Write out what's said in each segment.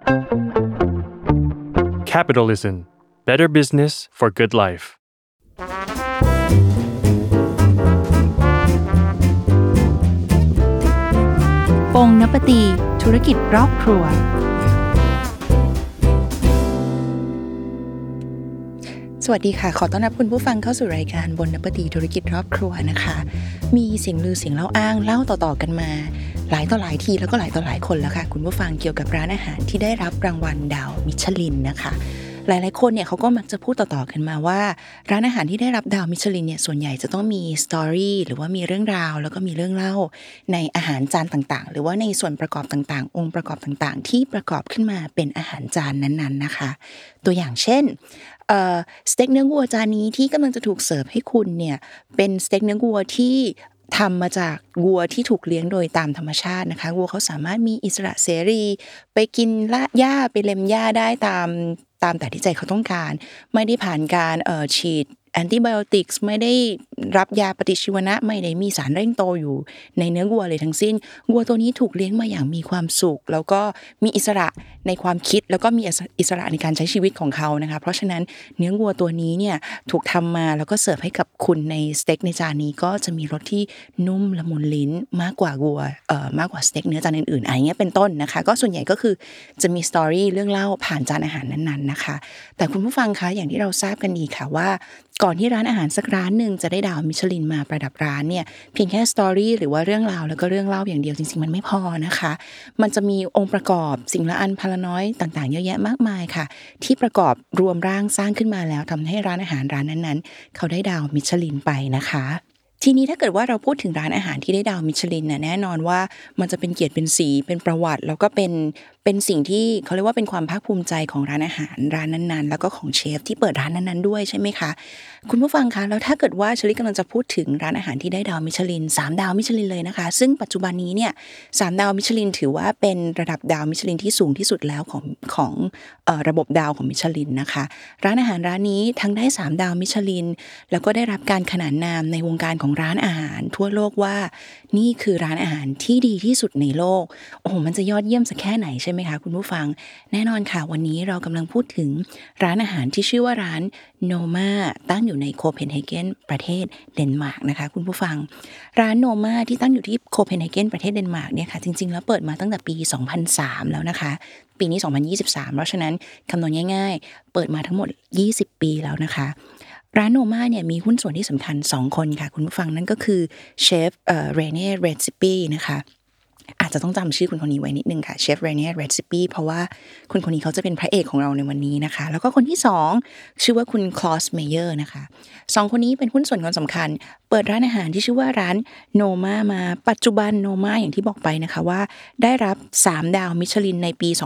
Capitalism. Better business for good life. ปงนปตีธุรกิจรอบครัวสวัสดีค่ะขอต้อนรับคุณผู้ฟังเข้าสู่รายการบนนปตีธุรกิจรอบครัวนะคะมีเสียงลือเสียงเล่าอ้างเล่าต่อๆกันมาหลายต่อหลายทีแล้วก็หลายต่อหลายคนแล้วค่ะคุณผู้ฟังเกี่ยวกับร้านอาหารที่ได้รับรางวัลดาวมิชลินนะคะหลายๆคนเนี่ยเขาก็มักจะพูดต่อๆกันมาว่าร้านอาหารที่ได้รับดาวมิชลินเนี่ยส่วนใหญ่จะต้องมีสตอรี่หรือว่ามีเรื่องราวแล้วก็มีเรื่องเล่าในอาหารจานต่างๆหรือว่าในส่วนประกอบต่างๆองค์ประกอบต่างๆที่ประกอบขึ้นมาเป็นอาหารจานนั้นๆนะคะตัวอย่างเช่นสเต็กเนื้อวัวจานนี้ที่กำลังจะถูกเสิร์ฟให้คุณเนี่ยเป็นสเต็กเนื้อวัวที่ทำมาจากวัวที่ถูกเลี้ยงโดยตามธรรมชาตินะคะวัวเขาสามารถมีอิสระเสรีไปกินหญ้าไปเล็มหญ้าได้ตามแต่ที่ใจเขาต้องการไม่ได้ผ่านการฉีดแอนติไบโอติกส์ไม่ได้รับยาปฏิชีวนะไม่ได้มีสารเร่งโตอยู่ในเนื้อวัวเลยทั้งสิ้นวัวตัวนี้ถูกเลี้ยงมาอย่างมีความสุขแล้วก็มีอิสระในความคิดแล้วก็มีอิสระในการใช้ชีวิตของเขานะคะเพราะฉะนั้นเนื้อวัวตัวนี้เนี่ยถูกทำมาแล้วก็เสิร์ฟให้กับคุณในสเต็กในจานนี้ก็จะมีรสที่นุ่มละมุนลิ้นมากกว่าวัวมากกว่าสเต็กเนื้อจานอื่นๆอะไรเงี้ยเป็นต้นนะคะก็ส่วนใหญ่ก็คือจะมีสตอรี่เรื่องเล่าผ่านจานอาหารนั้นๆนะคะแต่คุณผู้ฟังคะอย่างที่เราทราบกันดีค่ะว่าก่อนที่ร้านอาหารสักร้านนึงจะได้ดาวมิชลินมาประดับร้านเนี่ยเพียงแค่สตอรี่หรือว่าเรื่องราวแล้วก็เรื่องเล่าอย่างเดียวจริงๆมันไม่พอนะคะมันจะมีองค์ประกอบสิ่งละอันพละน้อยต่างๆเยอะแยะมากมายค่ะที่ประกอบรวมร่างสร้างขึ้นมาแล้วทำให้ร้านอาหารร้านนั้นๆเขาได้ดาวมิชลินไปนะคะทีนี้ถ้าเกิดว่าเราพูดถึงร้านอาหารที่ได้ดาวมิชลินน่ะแน่นอนว่ามันจะเป็นเกียรติเป็นศรีเป็นประวัติแล้วก็เป็นสิ่งที่เขาเรียกว่าเป็นความภาคภูมิใจของร้านอาหารร้านนั้นๆแล้วก็ของเชฟที่เปิดร้านนั้นๆด้วยใช่ไหมคะคุณผู้ฟังคะแล้วถ้าเกิดว่าเชลิกำลังจะพูดถึงร้านอาหารที่ได้ดาวมิชลิน3ดาวมิชลินเลยนะคะซึ่งปัจจุบันนี้เนี่ย3ดาวมิชลินถือว่าเป็นระดับดาวมิชลินที่สูงที่สุดแล้วของระบบดาวของมิชลินนะคะร้านอาหารร้านนี้ทั้งได้3ดาวมิชลินแล้วก็ได้รับการขนานนามในวงการของร้านอาหารทั่วโลกว่านี่คือร้านอาหารที่ดีที่สุดในโลกโอ้โหมันจะยอดเยี่ยมสักแค่ไหนใช่ไหมคะคุณผู้ฟังแน่นอนค่ะวันนี้เรากำลังพูดถึงร้านอาหารที่ชื่อว่าร้านโนมาตั้งอยู่ในโคเปนเฮเกนประเทศเดนมาร์กนะคะคุณผู้ฟังร้านโนมาที่ตั้งอยู่ที่โคเปนเฮเกนประเทศเดนมาร์กเนี่ยค่ะจริงๆแล้วเปิดมาตั้งแต่ปี2003แล้วนะคะปีนี้2023เพราะฉะนั้นคำนวณง่ายๆเปิดมาทั้งหมด20ปีแล้วนะคะร้านโนมาเนี่ยมีหุ้นส่วนที่สำคัญ2คนค่ะคุณผู้ฟังนั่นก็คือเชฟเรเน่เรซิปีนะคะอาจจะต้องจำชื่อคุณคนนี้ไว้นิดนึงค่ะเชฟเรเน่เรซิปีเพราะว่าคุณคนนี้เขาจะเป็นพระเอกของเราในวันนี้นะคะแล้วก็คนที่2ชื่อว่าคุณคลอสเมเยอร์นะคะ2คนนี้เป็นหุ้นส่วนคนสำคัญเปิดร้านอาหารที่ชื่อว่าร้านโนมาปัจจุบันโนมาอย่างที่บอกไปนะคะว่าได้รับ3ดาวมิชลินในปี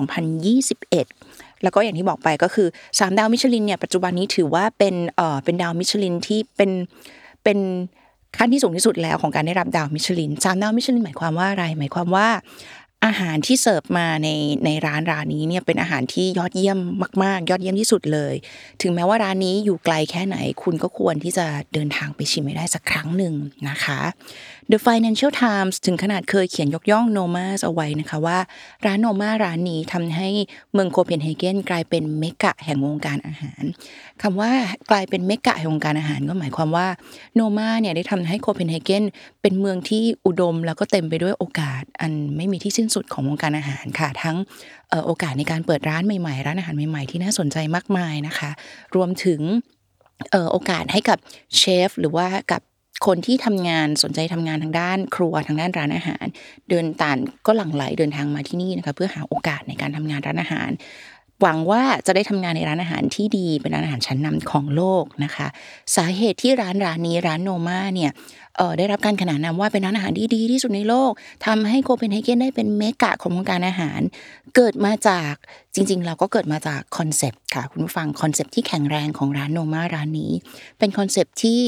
2021แล้วก็อย่างที่บอกไปก็คือ3ดาวมิชลินเนี่ยปัจจุบันนี้ถือว่าเป็นดาวมิชลินที่เป็นขั้นที่สูงที่สุดแล้วของการได้รับดาวมิชลิน3ดาวมิชลินหมายความว่าอะไรหมายความว่าอาหารที่เสิร์ฟมาในร้านนี้เนี่ยเป็นอาหารที่ยอดเยี่ยมมากๆยอดเยี่ยมที่สุดเลยถึงแม้ว่าร้านนี้อยู่ไกลแค่ไหนคุณก็ควรที่จะเดินทางไปชิมให้ได้สักครั้งหนึ่งนะคะ The Financial Times ถึงขนาดเคยเขียนยกย่องโนมาเอาไว้นะคะว่าร้านโนมาร้านนี้ทำให้เมืองโคเปนเฮเกนกลายเป็นเมกะแห่งวงการอาหารคำว่ากลายเป็นเมกะแห่งวงการอาหารก็หมายความว่าโนมาเนี่ยได้ทำให้โคเปนเฮเกนเป็นเมืองที่อุดมแล้วก็เต็มไปด้วยโอกาสอันไม่มีที่สิ้นสุดของวงการอาหารค่ะทั้งโอกาสในการเปิดร้านใหม่ๆร้านอาหารใหม่ๆที่น่าสนใจมากมายนะคะรวมถึงโอกาสให้กับเชฟหรือว่ากับคนที่ทำงานสนใจทำงานทางด้านครัวทางด้านร้านอาหารเดินหลั่งไหลเดินทางมาที่นี่นะคะเพื่อหาโอกาสในการทำงานร้านอาหารหวังว่าจะได้ทำงานในร้านอาหารที่ดีเป็นร้านอาหารชั้นนำของโลกนะคะสาเหตุที่ร้านนี้ร้านโนมาเนี่ยได้รับการขนานนามว่าเป็นร้านอาหารที่ดีที่สุดในโลกทำให้โคเปนเฮเกนได้เป็นเมกะของวงการอาหารเกิดมาจากจริงๆเราก็เกิดมาจากคอนเซปต์ค่ะคุณผู้ฟังคอนเซปต์ที่แข็งแรงของร้านโนมาร้านนี้เป็นคอนเซปต์ที่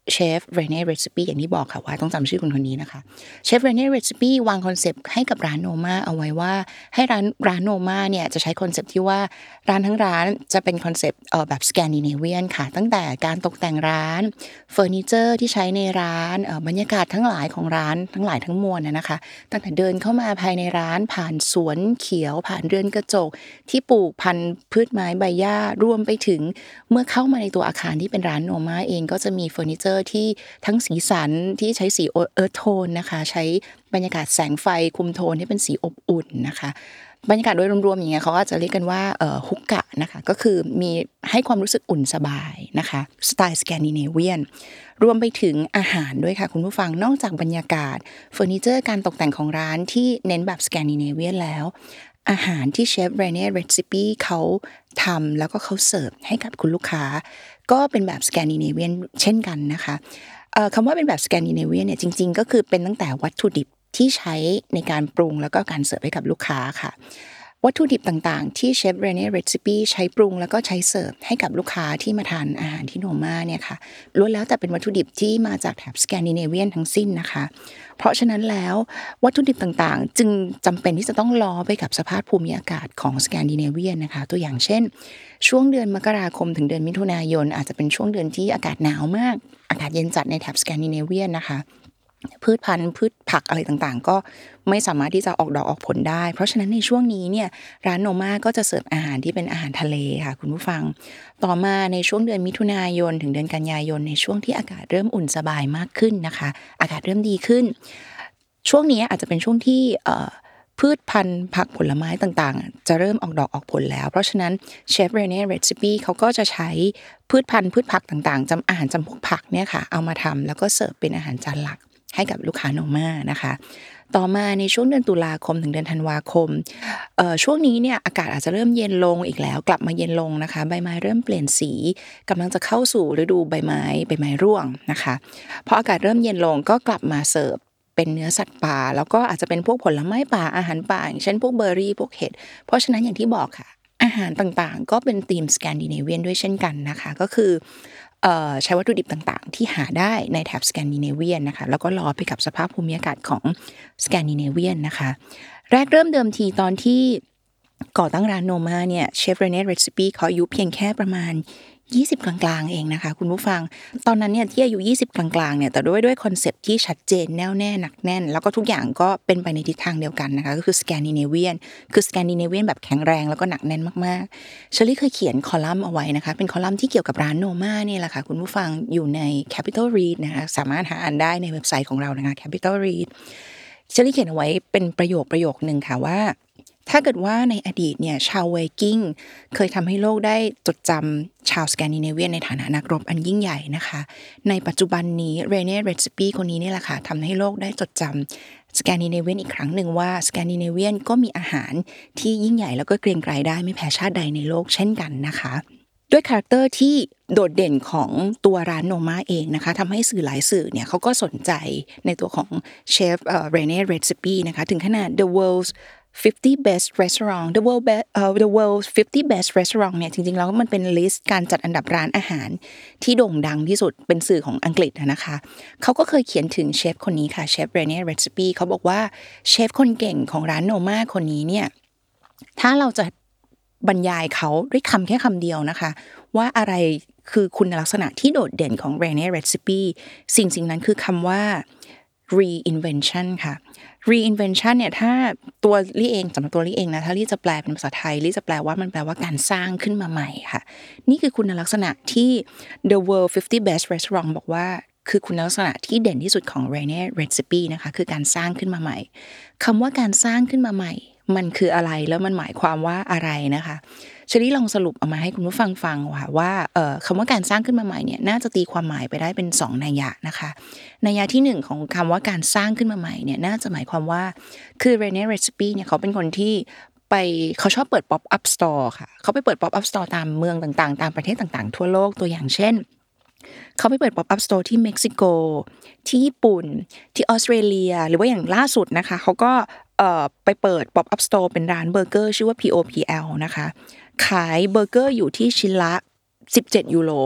เชฟเรเน่เรซิปีอย่างที่บอกค่ะว่าต้องจำชื่อคนนี้นะคะเชฟเรเน่เรซิปีวางคอนเซปต์ให้กับร้านโนมาเอาไว้ว่าให้ร้านโนมาเนี่ยจะใช้คอนเซปต์ที่ว่าร้านทั้งร้านจะเป็นคอนเซปต์แบบสแกนดิเนเวียนค่ะตั้งแต่การตกแต่งร้านเฟอร์นิเจอร์ที่ใช้ในร้านบรรยากาศทั้งหลายของร้านทั้งหลายทั้งมวลนะคะตั้งแต่เดินเข้ามาภายในร้านผ่านสวนเขียวผ่านเรือนกระจกที่ปลูกพันธุ์พืชไม้ใบหญ้ารวมไปถึงเมื่อเข้ามาในตัวอาคารที่เป็นร้านโนมาเองก็จะมีเฟอร์นิเจอร์ที่ทั้งสีสันที่ใช้สีเอิร์ธโทนนะคะใช้บรรยากาศแสงไฟคุมโทนให้เป็นสีอบอุ่นนะคะบรรยากาศโดยรวมๆอย่างเงี้ยเขาก็จะเรียกกันว่าฮุกกะนะคะก็คือมีให้ความรู้สึกอุ่นสบายนะคะสไตล์สแกนดิเนเวียนรวมไปถึงอาหารด้วยค่ะคุณผู้ฟังนอกจากบรรยากาศเฟอร์นิเจอร์การตกแต่งของร้านที่เน้นแบบสแกนดิเนเวียนแล้วอาหารที่เชฟเรเน่เรซิปีเขาทำแล้วก็เขาเสิร์ฟให้กับคุณลูกค้าก็เป็นแบบสแกนดิเนเวียนเช่นกันนะคะคำว่าเป็นแบบสแกนดิเนเวียนเนี่ยจริงๆก็คือเป็นตั้งแต่วัตถุดิบที่ใช้ในการปรุงแล้วก็การเสิร์ฟให้กับลูกค้าค่ะวัตถุดิบต่างๆที่เชฟเรเน่เรซิปีใช้ปรุงแล้วก็ใช้เสิร์ฟให้กับลูกค้าที่มาทานอาหารที่โนมาเนี่ยค่ะล้วนแล้วแต่เป็นวัตถุดิบที่มาจากแถบสแกนดิเนเวียนทั้งสิ้นนะคะเพราะฉะนั้นแล้ววัตถุดิบต่างๆจึงจำเป็นที่จะต้องล้อไปกับสภาพภูมิอากาศของสแกนดิเนเวียนนะคะตัวอย่างเช่นช่วงเดือนมกราคมถึงเดือนมิถุนายนอาจจะเป็นช่วงเดือนที่อากาศหนาวมากอากาศเย็นจัดในแถบสแกนดิเนเวียนนะคะพืชพันธุ์พืชผักอะไรต่างๆก็ไม่สามารถที่จะออกดอกออกผลได้เพราะฉะนั้นในช่วงนี้เนี่ยร้านโนมาก็จะเสิร์ฟอาหารที่เป็นอาหารทะเลค่ะคุณผู้ฟังต่อมาในช่วงเดือนมิถุนายนถึงเดือนกันยายนในช่วงที่อากาศเริ่มอุ่นสบายมากขึ้นนะคะอากาศเริ่มดีขึ้นช่วงนี้อาจจะเป็นช่วงที่พืชพันธุ์ผักผลไม้ต่างๆจะเริ่มออกดอกออกผลแล้วเพราะฉะนั้นเชฟเรเน่เรซิปีเขาก็จะใช้พืชพันธุ์พืชผักต่างๆอาหารจำพวกผักเนี่ยค่ะเอามาทำแล้วก็เสิร์ฟเป็นอาหารจานหลักให้กับลูกค้าโนมานะคะต่อมาในช่วงเดือนตุลาคมถึงเดือนธันวาคมช่วงนี้เนี่ยอากาศอาจจะเริ่มเย็นลงอีกแล้วกลับมาเย็นลงนะคะใบไม้เริ่มเปลี่ยนสีกำลังจะเข้าสู่ฤดูใบไม้ร่วงนะคะพออากาศเริ่มเย็นลงก็กลับมาเสิร์ฟเป็นเนื้อสัตว์ป่าแล้วก็อาจจะเป็นพวกผลไม้ป่าอาหารป่าอย่างเช่นพวกเบอร์รี่พวกเห็ดเพราะฉะนั้นอย่างที่บอกค่ะอาหารต่างๆก็เป็นธีมสแกนดิเนเวียนด้วยเช่นกันนะคะก็คือใช้วัตถุดิบต่างๆที่หาได้ในแถบสแกนดิเนเวียนนะคะแล้วก็ล้อไปกับสภาพภูมิอากาศของสแกนดิเนเวียนนะคะแรกเริ่มเดิมทีตอนที่ก่อตั้งร้านโนมาเนี่ยเชฟเรเน่เรซิปีเขาอายุเพียงแค่ประมาณ20กลางๆเองนะคะคุณผู้ฟังตอนนั้นเนี่ยที่อายุ20กลางๆเนี่ยแต่ด้วยคอนเซปต์ที่ชัดเจนแน่วแน่หนักแน่นแล้วก็ทุกอย่างก็เป็นไปในทิศทางเดียวกันนะคะก็คือสแกนดิเนเวียนคือสแกนดิเนเวียนแบบแข็งแรงแล้วก็หนักแน่นมากๆเชอรี่เคยเขียนคอลัมน์เอาไว้นะคะเป็นคอลัมน์ที่เกี่ยวกับร้านโนมาเนี่ยแหละค่ะคุณผู้ฟังอยู่ใน Capital Read นะคะสามารถหาอ่านได้ในเว็บไซต์ของเรานะคะ Capital Read เชอรี่เขียนเอาไว้เป็นประโยคนึงค่ะว่าถ้าเกิดว่าในอดีตเนี่ยชาวไวกิ้งเคยทำให้โลกได้จดจำชาวสแกนดิเนเวียนในฐานะนักรบอันยิ่งใหญ่นะคะในปัจจุบันนี้เรเน่เรซิปีคนนี้นี่แหละค่ะทำให้โลกได้จดจำสแกนดิเนเวียนอีกครั้งหนึ่งว่าสแกนดิเนเวียนก็มีอาหารที่ยิ่งใหญ่แล้วก็เกรียงไกรได้ไม่แพ้ชาติใดในโลกเช่นกันนะคะด้วยคาแรคเตอร์ที่โดดเด่นของตัวร้านโนมาเองนะคะทำให้สื่อหลายสื่อเนี่ยเขาก็สนใจในตัวของเชฟเรเน่เรซิปีนะคะถึงขนาด The World's 50 best restaurant the world's 50 best restaurant เนี่ยจริงๆแล้วมันเป็นลิสต์การจัดอันดับร้านอาหารที่โด่งดังที่สุดเป็นสื่อของอังกฤษนะคะเขาก็เคยเขียนถึงเชฟคนนี้ค่ะเชฟเรเน่เรซิปีเขาบอกว่าเชฟคนเก่งของร้านโนมาคนนี้เนี่ยถ้าเราจะบรรยายเขาด้วยคำแค่คำเดียวนะคะว่าอะไรคือคุณลักษณะที่โดดเด่นของ Rene Recipe สิ่งนั้นคือคำว่า reinvention ค่ะ reinvention เนี่ยถ้าตัวลี่เองสำหรับตัวลี่เองนะถ้าลี่จะแปลเป็นภาษาไทยลี่จะแปลว่ามันแปลว่าการสร้างขึ้นมาใหม่ค่ะนี่คือคุณลักษณะที่ The World 50 Best Restaurant บอกว่าคือคุณลักษณะที่เด่นที่สุดของ Rene Recipe นะคะคือการสร้างขึ้นมาใหม่คำว่าการสร้างขึ้นมาใหม่มันคืออะไรแล้วมันหมายความว่าอะไรนะคะเชอรี่ลองสรุปออกมาให้คุณผู้ฟังฟังค่ะว่าคำว่าการสร้างขึ้นมาใหม่เนี่ยน่าจะตีความหมายไปได้เป็น2นัยยะนะคะนัยยะที่1ของคำว่าการสร้างขึ้นมาใหม่เนี่ยน่าจะหมายความว่าคือ Rene Recipe เนี่ยเขาเป็นคนที่เขาชอบเปิด pop up store ค่ะเขาไปเปิด pop up store ตามเมืองต่างๆตามประเทศต่างๆทั่วโลกตัวอย่างเช่นเขาไปเปิด pop up store ที่เม็กซิโกที่ญี่ปุ่นที่ออสเตรเลียหรือว่าอย่างล่าสุดนะคะเขาก็ไปเปิด pop up store เป็นร้านเบอร์เกอร์ชื่อว่า POPL นะคะขายเบอร์เกอร์อยู่ที่ชิ้นละ17 ยูโร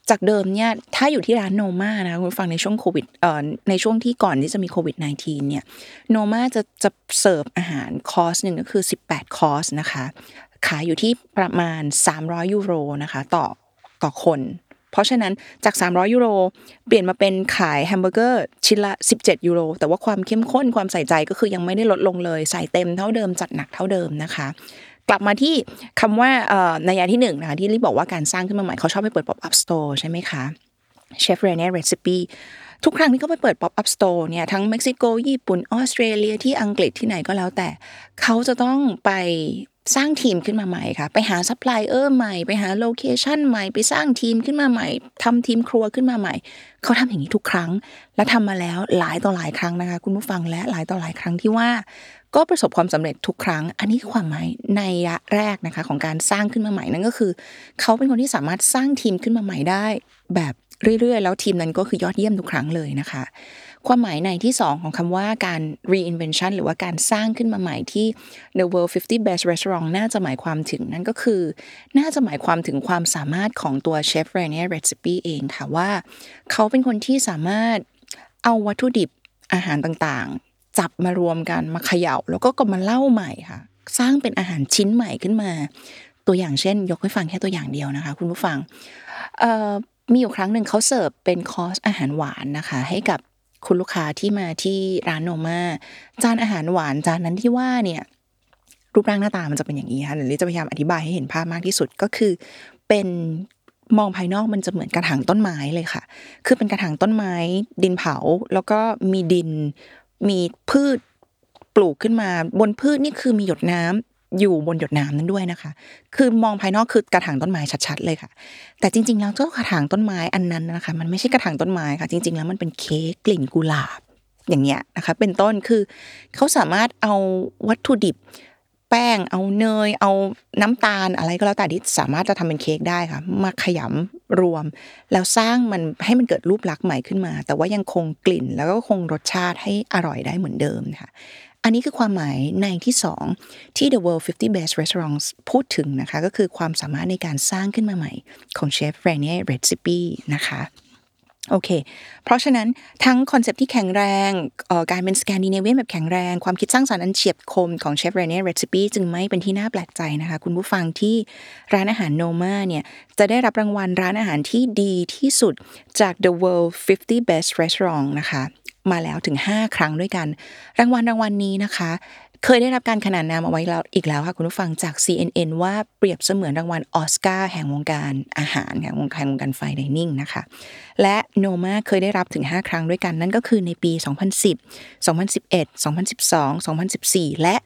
จากเดิมเนี่ยถ้าอยู่ที่ร้านโนมานะคะคุณฟังในช่วงโควิดในช่วงที่ก่อนที่จะมีโควิด -19 เนี่ยโนมาจะเสิร์ฟอาหารคอร์สนึงก็คือ18คอร์สนะคะขายอยู่ที่ประมาณ300ยูโรนะคะต่อคนเพราะฉะนั้นจาก300ยูโรเปลี่ยนมาเป็นขายแฮมเบอร์เกอร์ชิ้นละ17ยูโรแต่ว่าความเข้มข้นความใส่ใจก็คือยังไม่ได้ลดลงเลยใส่เต็มเท่าเดิมจัดหนักเท่าเดิมนะคะกลับมาที่คำว่านัยที่1นะคะที่รีบอกว่าการสร้างขึ้นมาใหม่เขาชอบไปเปิด pop up store ใช่ไหมคะเชฟเรเน่เรซิปีทุกครั้งที่เขาไปเปิด pop up store เนี่ยทั้งเม็กซิโกญี่ปุ่นออสเตรเลียที่อังกฤษที่ไหนก็แล้วแต่เขาจะต้องไปสร้างทีมขึ้นมาใหม่ค่ะไปหาซัพพลายเออร์ใหม่ไปหาโลเคชั่นใหม่ไปสร้างทีมขึ้นมาใหม่ทำทีมครัวขึ้นมาใหม่เขาทำอย่างนี้ทุกครั้งและทำมาแล้วหลายต่อหลายครั้งนะคะคุณผู้ฟังและหลายต่อหลายครั้งที่ว่าก็ประสบความสำเร็จทุกครั้งอันนี้คือความหมายนัยแรกนะคะของการสร้างขึ้นมาใหม่นั่นก็คือเขาเป็นคนที่สามารถสร้างทีมขึ้นมาใหม่ได้แบบเรื่อยๆแล้วทีมนั้นก็คือยอดเยี่ยมทุกครั้งเลยนะคะความหมายในที่2ของคำว่าการ reinvention หรือว่าการสร้างขึ้นมาใหม่ที่ The World 50 Best Restaurant น่าจะหมายความถึงนั่นก็คือน่าจะหมายความถึงความสามารถของตัวเชฟ René Redzepi เองค่ะว่าเขาเป็นคนที่สามารถเอาวัตถุดิบอาหารต่างๆจับมารวมกันมาเขย่าแล้วก็มาเล่าใหม่ค่ะสร้างเป็นอาหารชิ้นใหม่ขึ้นมาตัวอย่างเช่นยกให้ฟังแค่ตัวอย่างเดียวนะคะคุณผู้ฟังมีอยู่ครั้งหนึ่งเขาเสิร์ฟเป็นคอร์สอาหารหวานนะคะให้กับคุณลูกค้าที่มาที่ร้านโนมาจานอาหารหวานจานนั้นที่ว่าเนี่ยรูปร่างหน้าตามันจะเป็นอย่างนี้ค่ะเดี๋ยวจะพยายามอธิบายให้เห็นภาพมากที่สุดก็คือเป็นมองภายนอกมันจะเหมือนกระถางต้นไม้เลยค่ะคือเป็นกระถางต้นไม้ดินเผาแล้วก็มีดินมีพืชปลูกขึ้นมาบนพืชนี่คือมีหยดน้ำอยู่บนหยดน้ำนั้นด้วยนะคะคือมองภายนอกคือกระถางต้นไม้ชัดๆเลยค่ะแต่จริงๆแล้วเจ้ากระถางต้นไม้อันนั้นนะคะมันไม่ใช่กระถางต้นไม้ค่ะจริงๆแล้วมันเป็นเค้กกลิ่นกุหลาบอย่างเงี้ยนะคะเป็นต้นคือเขาสามารถเอาวัตถุดิบแป้งเอาเนยเอาน้ำตาลอะไรก็แล้วแต่ที่สามารถจะทำเป็นเค้กได้ค่ะมาขยำรวมแล้วสร้างมันให้มันเกิดรูปลักษณ์ใหม่ขึ้นมาแต่ว่ายังคงกลิ่นแล้วก็คงรสชาติให้อร่อยได้เหมือนเดิมค่ะอันนี้คือความหมายในที่2ที่ The World 50 Best Restaurants พูดถึงนะคะก็คือความสามารถในการสร้างขึ้นมาใหม่ของเชฟ René Redzepi นะคะโอเคเพราะฉะนั้นทั้งคอนเซปต์ที่แข็งแรงการเป็นสแกนดิเนเวียนแบบแข็งแรงความคิดสร้างสรรค์อันเฉียบคมของเชฟ René Redzepi จึงไม่เป็นที่น่าแปลกใจนะคะคุณผู้ฟังที่ร้านอาหารโนมาเนี่ยจะได้รับรางวัลร้านอาหารที่ดีที่สุดจาก The World 50 Best Restaurant นะคะมาแล้วถึง5ครั้งด้วยกันรางวัลนี้นะคะเคยได้รับการขนานนามเอาไว้แล้วอีกแล้วค่ะคุณผู้ฟังจาก CNN ว่าเปรียบเสมือนรางวัลออสการ์แห่งวงการอาหารแห่งวงการไฟน์ไดนิ่งนะคะและโนมาเคยได้รับถึง5ครั้งด้วยกันนั่นก็คือในปี2010 2011 2012 2014และ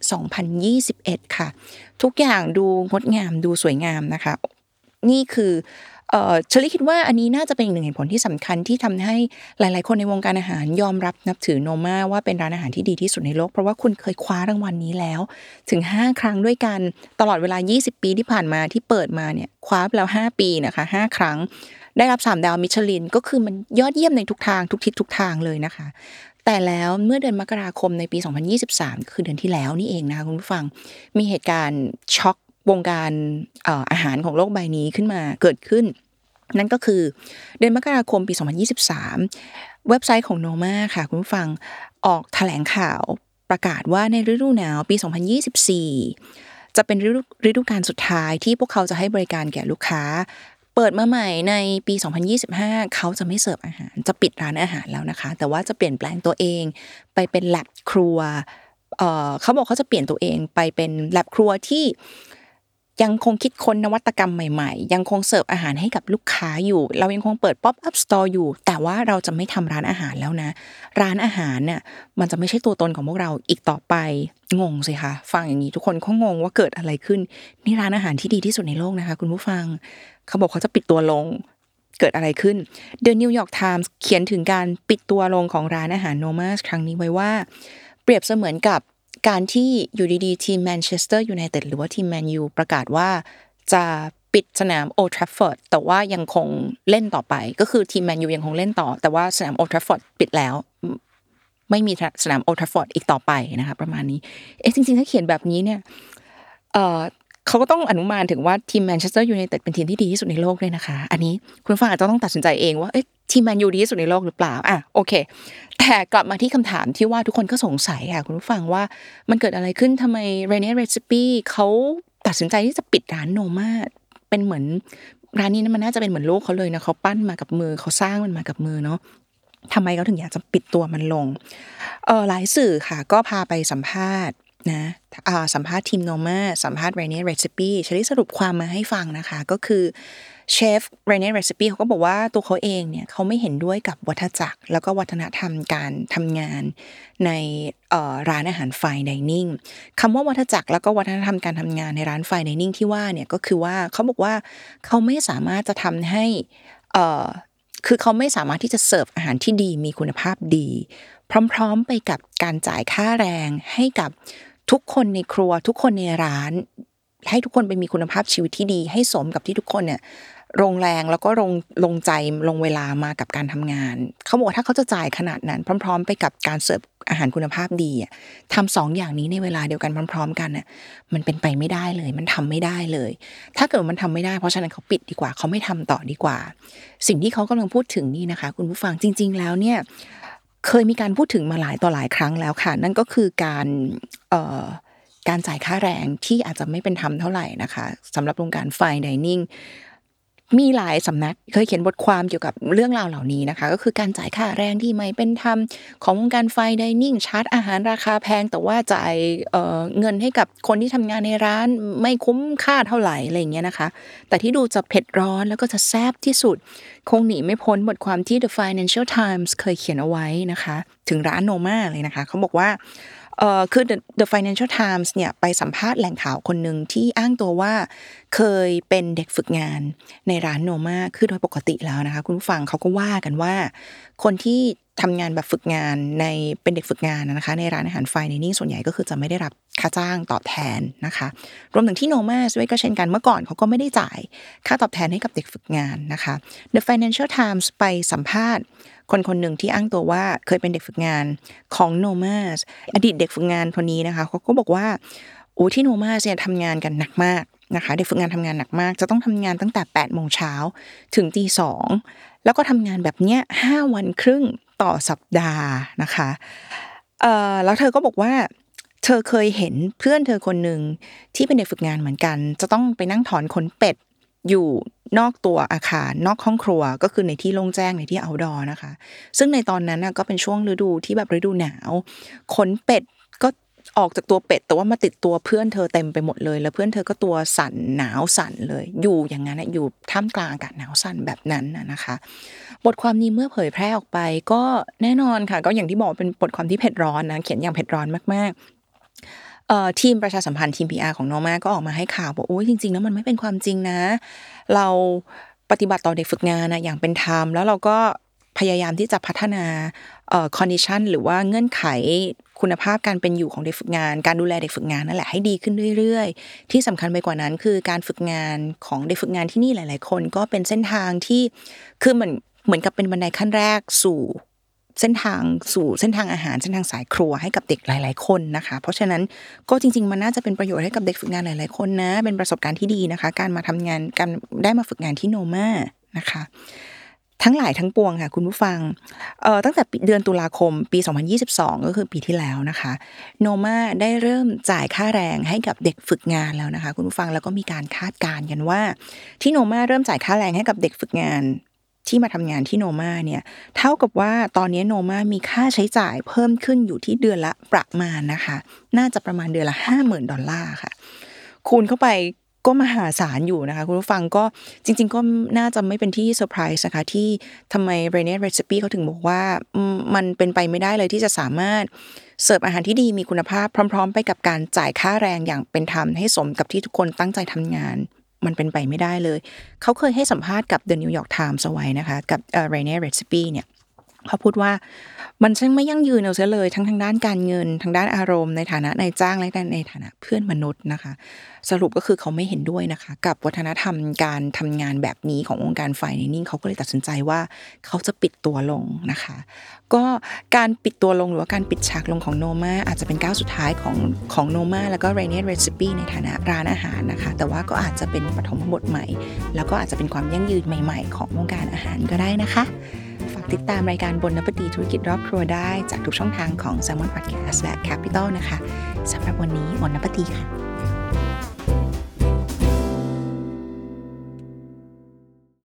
2021ค่ะทุกอย่างดูงดงามดูสวยงามนะคะนี่คือเชอรี่คิดว่าอันนี้น่าจะเป็นอีกหนึ่งเหตุผลที่สำคัญที่ทำให้หลายๆคนในวงการอาหารยอมรับนับถือโนมาว่าเป็นร้านอาหารที่ดีที่สุดในโลกเพราะว่าคุณเคยคว้ารางวัลนี้แล้วถึง5ครั้งด้วยกันตลอดเวลา20ปีที่ผ่านมาที่เปิดมาเนี่ยคว้าไปแล้ว5ปีนะคะ5ครั้งได้รับ3ดาวมิชลินก็คือมันยอดเยี่ยมในทุกทางทุกทิศทุกทางเลยนะคะแต่แล้วเมื่อเดือนมกราคมในปี2023คือเดือนที่แล้วนี่เองนะคะคุณผู้ฟังมีเหตุการณ์ช็อกวงการอาหารของโลกใบนี้ขึ้นมาเกิดขึ้นนั่นก็คือเดือนมกราคมปี2023เว็บไซต์ของ Noma ค่ะคุณผู้ฟังออกแถลงข่าวประกาศว่าในฤดูหนาวปี2024จะเป็นฤดูกาลสุดท้ายที่พวกเขาจะให้บริการแก่ลูกค้าเปิดมาใหม่ในปี2025เขาจะไม่เสิร์ฟอาหารจะปิดร้านอาหารแล้วนะคะแต่ว่าจะเปลี่ยนแปลงตัวเองไปเป็นแลบครัวเขาบอกเขาจะเปลี่ยนตัวเองไปเป็นแลบครัวที่ยังคงคิดค้นนวัตกรรมใหม่ๆยังคงเสิร์ฟอาหารให้กับลูกค้าอยู่เรายังคงเปิด pop up store อยู่แต่ว่าเราจะไม่ทำร้านอาหารแล้วนะร้านอาหารเนี่ยมันจะไม่ใช่ตัวตนของพวกเราอีกต่อไปงงสิคะฟังอย่างนี้ทุกคนเขางงว่าเกิดอะไรขึ้นนี่ร้านอาหารที่ดีที่สุดในโลกนะคะคุณผู้ฟังเขาบอกเขาจะปิดตัวลงเกิดอะไรขึ้น The New York Times เขียนถึงการปิดตัวลงของร้านอาหาร Noma ครั้งนี้ไว้ว่าเปรียบเสมือนกับการที่อยู่ดีๆทีมแมนเชสเตอร์ยูไนเต็ดหรือว่าทีมแมนยูประกาศว่าจะปิดสนามโอลด์แทราฟฟอร์ดแต่ว่ายังคงเล่นต่อไปก็คือทีมแมนยูยังคงเล่นต่อแต่ว่าสนามโอลด์แทราฟฟอร์ดปิดแล้วไม่มีสนามโอลด์แทราฟฟอร์ดอีกต่อไปนะคะประมาณนี้จริงๆถ้าเขียนแบบนี้เนี่ยเขาก็ต้องอนุมานถึงว่าทีมแมนเชสเตอร์ยูไนเต็ดเป็นทีมที่ดีที่สุดในโลกด้วยนะคะอันนี้คุณผู้ฟังอาจจะต้องตัดสินใจเองว่าทีมแมนยูดีที่สุดในโลกหรือเปล่าโอเคแต่กลับมาที่คำถามที่ว่าทุกคนก็สงสัยค่ะคุณผู้ฟังว่ามันเกิดอะไรขึ้นทำไมเรเน่เรซิปี้เขาตัดสินใจที่จะปิดร้านโนมาเป็นเหมือนร้านนี้มันน่าจะเป็นเหมือนลูกเขาเลยนะเขาปั้นมากับมือเขาสร้างมันมากับมือเนาะทำไมเขาถึงอยากจะปิดตัวมันลงหลายสื่อค่ะก็พาไปสัมภาษณ์นะสัมภาษณ์ทีมโนมาสัมภาษณ์เรเน่เรซิปี้ฉันได้สรุปความมาให้ฟังนะคะก็คือเชฟเรเน่เรซิปี้เขาก็บอกว่าตัวเขาเองเนี่ยเขาไม่เห็นด้วยกับวัฏจักรแล้วก็วัฒนธรรมการทำงานในร้านอาหารไฟน์ไดนิ่งคำว่าวัฏจักรแล้วก็วัฒนธรรมการทำงานในร้านไฟน์ไดนิ่งที่ว่าเนี่ยก็คือว่าเขาบอกว่าเขาไม่สามารถจะทำให้คือเขาไม่สามารถที่จะเสิร์ฟอาหารที่ดีมีคุณภาพดีพร้อมๆไปกับการจ่ายค่าแรงให้กับทุกคนในครัวทุกคนในร้านให้ทุกคนไปมีคุณภาพชีวิตที่ดีให้สมกับที่ทุกคนเนี่ยลงแรงแล้วก็ลงใจลงเวลามากับการทำงานเขาบอกว่าถ้าเขาจะจ่ายขนาดนั้นพร้อมๆไปกับการเสิร์ฟอาหารคุณภาพดีทำ2อย่างนี้ในเวลาเดียวกันพร้อมๆกันน่ะมันเป็นไปไม่ได้เลยมันทำไม่ได้เลยถ้าเกิดมันทำไม่ได้เพราะฉะนั้นเขาปิดดีกว่าเขาไม่ทำต่อดีกว่าสิ่งที่เขากำลังพูดถึงนี่นะคะคุณผู้ฟังจริงๆแล้วเนี่ยเคยมีการพูดถึงมาหลายต่อหลายครั้งแล้วค่ะนั่นก็คือการจ่ายค่าแรงที่อาจจะไม่เป็นธรรมเท่าไหร่นะคะสำหรับวงการไฟน์ไดนิ่งมีหลายสำนักเคยเขียนบทความเกี่ยวกับเรื่องราวเหล่านี้นะคะก็คือการจ่ายค่าแรงที่ไม่เป็นธรรมของวงการไฟน์ไดนิ่งชาร์จอาหารราคาแพงแต่ว่าจ่ายเงินให้กับคนที่ทำงานในร้านไม่คุ้มค่าเท่าไหร่อะไรอย่างเงี้ยนะคะแต่ที่ดูจะเผ็ดร้อนแล้วก็จะแซ่บที่สุดคงหนีไม่พ้นบทความที่ The Financial Times เคยเขียนเอาไว้นะคะถึงร้านโนมาเลยนะคะเขาบอกว่าคือ The Financial Times เนี่ยไปสัมภาษณ์แหล่งข่าวคนหนึ่งที่อ้างตัวว่าเคยเป็นเด็กฝึกงานในร้านโนมาคือโดยปกติแล้วนะคะคุณผู้ฟังเขาก็ว่ากันว่าคนที่ทำงานแบบฝึกงานเป็นเด็กฝึกงานนะคะในร้านอาหารไฟน์ไดนิ่งส่วนใหญ่ก็คือจะไม่ได้รับค่าจ้างตอบแทนนะคะรวมถึงที่โนมาด้วยก็เช่นกันเมื่อก่อนเขาก็ไม่ได้จ่ายค่าตอบแทนให้กับเด็กฝึกงานนะคะ The Financial Times ไปสัมภาษณ์คนหนึ่งที่อ้างตัวว่าเคยเป็นเด็กฝึกงานของ Nomas อดีตเด็กฝึกงานคนนี้นะคะเขาก็บอกว่าที่ Nomas เนี่ยทำงานกันหนักมากนะคะเด็กฝึกงานทำงานหนักมากจะต้องทำงานตั้งแต่8 โมงเช้าถึงตี 2แล้วก็ทำงานแบบเนี้ย5 วันครึ่งต่อสัปดาห์นะคะแล้วเธอก็บอกว่าเธอเคยเห็นเพื่อนเธอคนหนึ่งที่เป็นเด็กฝึกงานเหมือนกันจะต้องไปนั่งถอนขนเป็ดอยู่นอกตัวอาคารนอกห้องครัวก็คือในที่โล่งแจ้งในที่ outdoor นะคะซึ่งในตอนนั้นก็เป็นช่วงฤดูที่แบบฤดูหนาวขนเป็ดก็ออกจากตัวเป็ดแต่ว่ามาติดตัวเพื่อนเธอเต็มไปหมดเลยแล้วเพื่อนเธอก็ตัวสั่นหนาวสั่นเลยอยู่อย่างนั้นอยู่ท่ามกลางอากาศหนาวสั่นแบบนั้นนะคะบทความนี้เมื่อเผยแพร่ออกไปก็แน่นอนค่ะก็อย่างที่บอกเป็นบทความที่เผ็ดร้อนนะเขียนอย่างเผ็ดร้อนมากๆทีมประชาสัมพันธ์ทีม PR ของ Norma ก็ออกมาให้ข่าวบอกโอ้ยจริงๆแล้วมันไม่เป็นความจริงนะเราปฏิบัติต่อเด็กฝึกงานนะอย่างเป็นธรรมแล้วเราก็พยายามที่จะพัฒนาcondition หรือว่าเงื่อนไขคุณภาพการเป็นอยู่ของเด็กฝึกงานการดูแลเด็กฝึกงานนั่นแหละให้ดีขึ้นเรื่อยๆที่สำคัญไปกว่านั้นคือการฝึกงานของเด็กฝึกงานที่นี่หลายๆคนก็เป็นเส้นทางที่คือเหมือนกับเป็นบันไดขั้นแรกสู่เส้นทางอาหารเส้นทางสายครัวให้กับเด็กหลายๆคนนะคะเพราะฉะนั้นก็จริงๆมันน่าจะเป็นประโยชน์ให้กับเด็กฝึกงานหลายๆคนนะเป็นประสบการณ์ที่ดีนะคะการมาทำงานการได้มาฝึกงานที่โนมานะคะทั้งหลายทั้งปวงค่ะคุณผู้ฟังตั้งแต่เดือนตุลาคมปี2022ก็คือปีที่แล้วนะคะโนมาได้เริ่มจ่ายค่าแรงให้กับเด็กฝึกงานแล้วนะคะคุณผู้ฟังแล้วก็มีการคาดการณ์กันว่าที่โนมาเริ่มจ่ายค่าแรงให้กับเด็กฝึกงานที่มาทำงานที่โนมาเนี่ยเท่ากับว่าตอนนี้โนมามีค่าใช้จ่ายเพิ่มขึ้นอยู่ที่เดือนละประมาณนะคะน่าจะประมาณเดือนละ$50,000ค่ะคูณเข้าไปก็มหาศาลอยู่นะคะคุณผู้ฟังก็จริงๆก็น่าจะไม่เป็นที่เซอร์ไพรส์นะคะที่ทำไม Rene Recipe เขาถึงบอกว่ามันเป็นไปไม่ได้เลยที่จะสามารถเสิร์ฟอาหารที่ดีมีคุณภาพพร้อมๆไปกับการจ่ายค่าแรงอย่างเป็นธรรมให้สมกับที่ทุกคนตั้งใจทำงานมันเป็นไปไม่ได้เลยเขาเคยให้สัมภาษณ์กับ The New York Times เอาไว้นะคะกับRene Recipe เนี่ยเขาพูดว่ามันช่างไม่ยั่งยืนเอาเสียเลยทั้งด้านการเงินทางด้านอารมณ์ในฐานะนายจ้างและในฐานะเพื่อนมนุษย์นะคะสรุปก็คือเขาไม่เห็นด้วยนะคะกับวัฒนธรรมการทำงานแบบนี้ขององค์การ Finding เขาก็เลยตัดสินใจว่าเขาจะปิดตัวลงนะคะก็การปิดตัวลงหรือว่าการปิดฉากลงของโนมาอาจจะเป็นก้าวสุดท้ายของโนมาแล้วก็ Rainier Recipe ในฐานะร้านอาหารนะคะแต่ว่าก็อาจจะเป็นปฐมบทใหม่แล้วก็อาจจะเป็นความยั่งยืนใหม่ๆของวงการอาหารก็ได้นะคะฝากติดตามรายการบนนปตีธุรกิจรอบครัวได้จากทุกช่องทางของ Salmon Podcast และ Capital นะคะสำหรับวันนี้บนนปตีค่ะ